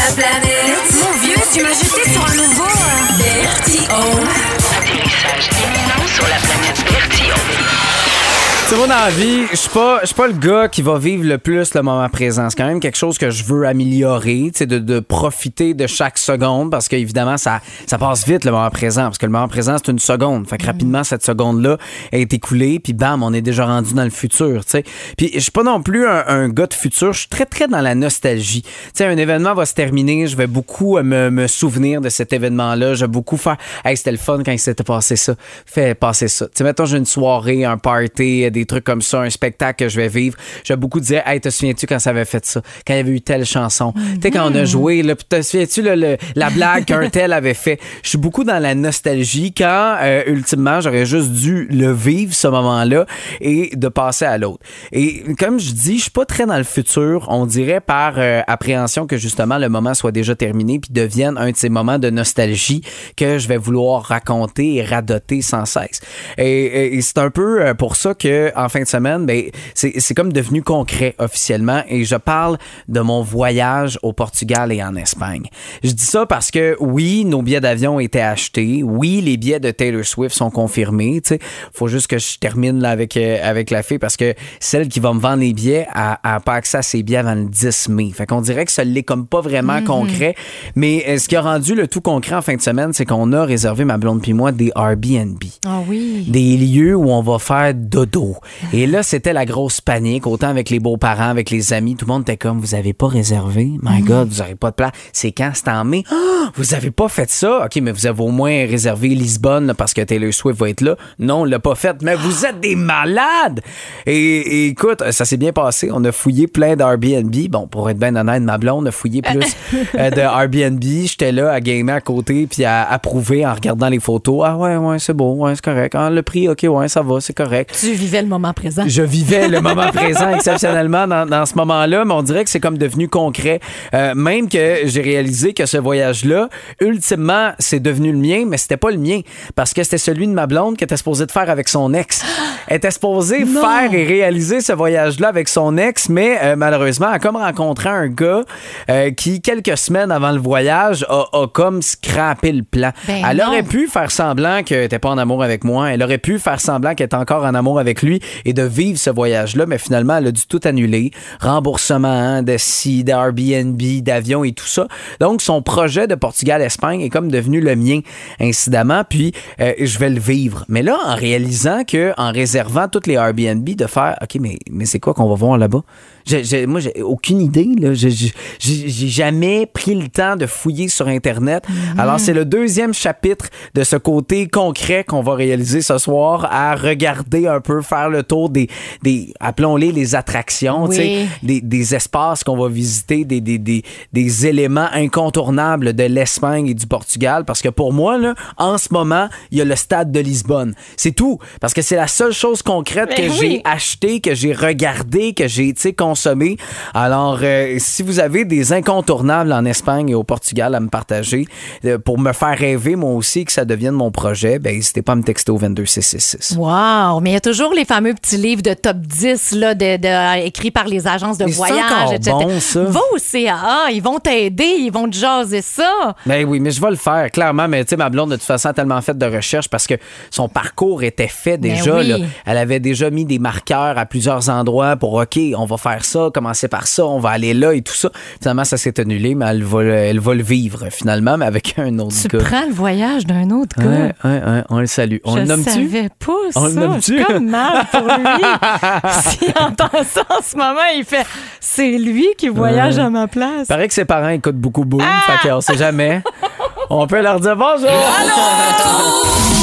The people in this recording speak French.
la planète. Mon vieux, tu m'as jeté sur un nouveau... Vertigo. Atterrissage imminent sur la planète Vertigo. Tu vois, dans la vie, je suis pas le gars qui va vivre le plus le moment présent. C'est quand même quelque chose que je veux améliorer, tu sais, de profiter de chaque seconde, parce qu'évidemment, ça passe vite, le moment présent, parce que le moment présent, c'est une seconde. Fait que rapidement, cette seconde-là est écoulée, puis bam, on est déjà rendu dans le futur, tu sais. Puis je suis pas non plus un gars de futur, je suis très, très dans la nostalgie. Tu sais, un événement va se terminer, je vais beaucoup me souvenir de cet événement-là, je vais beaucoup faire « Hey, c'était le fun quand il s'était passé ça. Fais passer ça. » Tu sais, mettons, j'ai une soirée, un party, des trucs comme ça, un spectacle que je vais vivre. Je vais beaucoup dire, hey, te souviens-tu quand ça avait fait ça? Quand il y avait eu telle chanson? Tu sais, quand on a joué, là, te souviens-tu la blague qu'un tel avait fait? Je suis beaucoup dans la nostalgie quand, ultimement, j'aurais juste dû le vivre, ce moment-là, et de passer à l'autre. Et comme je dis, je suis pas très dans le futur. On dirait par appréhension que, justement, le moment soit déjà terminé puis devienne un de ces moments de nostalgie que je vais vouloir raconter et radoter sans cesse. Et c'est un peu pour ça que en fin de semaine, ben, c'est comme devenu concret officiellement, et je parle de mon voyage au Portugal et en Espagne. Je dis ça parce que oui, nos billets d'avion étaient achetés, oui, les billets de Taylor Swift sont confirmés, tu sais, faut juste que je termine là avec la fille, parce que celle qui va me vendre les billets a pas accès à ses billets avant le 10 mai. Fait qu'on dirait que ça l'est comme pas vraiment concret, mais ce qui a rendu le tout concret en fin de semaine, c'est qu'on a réservé, ma blonde puis moi, des Airbnb. Ah oui. Des lieux où on va faire dodo. Et là, c'était la grosse panique, autant avec les beaux-parents, avec les amis. Tout le monde était comme, vous avez pas réservé? My God, vous avez pas de place. C'est quand? C'est en mai? Oh, vous avez pas fait ça? OK, mais vous avez au moins réservé Lisbonne là, parce que Taylor Swift va être là. Non, on l'a pas fait. Mais vous êtes des malades! Et écoute, ça s'est bien passé. On a fouillé plein d'Airbnb. Bon, pour être bien honnête, ma blonde a fouillé plus de Airbnb. J'étais là à gamer à côté puis à approuver en regardant les photos. Ah ouais, c'est beau, ouais, c'est correct. Ah, le prix, OK, ouais, ça va, c'est correct. Tu vivais le moment présent. Je vivais le moment présent exceptionnellement dans ce moment-là, mais on dirait que c'est comme devenu concret. Même que j'ai réalisé que ce voyage-là, ultimement, c'est devenu le mien, mais c'était pas le mien, parce que c'était celui de ma blonde qu'elle était supposée de faire avec son ex. Elle était supposée faire et réaliser ce voyage-là avec son ex, mais malheureusement, elle a comme rencontré un gars qui, quelques semaines avant le voyage, a comme scrappé le plan. Ben elle non. aurait pu faire semblant qu'elle était pas en amour avec moi, elle aurait pu faire semblant qu'elle était encore en amour avec lui et de vivre ce voyage-là, mais finalement, elle a dû tout annuler. Remboursement d'Airbnb, d'avion et tout ça. Donc, son projet de Portugal-Espagne est comme devenu le mien, incidemment, puis je vais le vivre. Mais là, en réalisant qu'en réservant toutes les Airbnb, de faire, OK, mais c'est quoi qu'on va voir là-bas? Moi, j'ai aucune idée. Là. J'ai jamais pris le temps de fouiller sur Internet. Alors, c'est le deuxième chapitre de ce côté concret qu'on va réaliser ce soir, à regarder un peu, faire le tour des appelons-les les attractions, oui. des espaces qu'on va visiter, des éléments incontournables de l'Espagne et du Portugal. Parce que pour moi, là, en ce moment, il y a le stade de Lisbonne. C'est tout. Parce que c'est la seule chose concrète que j'ai achetée, que j'ai regardée, que j'ai consommée. Alors, si vous avez des incontournables en Espagne et au Portugal à me partager, pour me faire rêver, moi aussi, que ça devienne mon projet, ben n'hésitez pas à me texter au 22666. Wow! Mais il y a toujours les fameux petits livres de top 10 là, écrits par les agences de voyage, etc. Bon, ça. Va au CAA, ils vont t'aider, ils vont te jaser ça. Ben oui, mais je vais le faire, clairement. Mais tu sais, ma blonde, de toute façon, a tellement fait de recherches parce que son parcours était fait déjà. Oui. Là. Elle avait déjà mis des marqueurs à plusieurs endroits pour, OK, on va faire ça, commencer par ça, on va aller là et tout ça. Finalement, ça s'est annulé, mais elle va le vivre finalement, mais avec un autre Tu gars. prends le voyage d'un autre gars. Ouais, on le salue. On le nomme-tu? Je savais pas ça. On le nomme-tu? C'est comme mal pour lui. S'il entend ça en ce moment, il fait « C'est lui qui voyage à ma place. » Paraît que ses parents écoutent beaucoup Boom, fait qu'on sait jamais. On peut leur dire bonjour! Allô!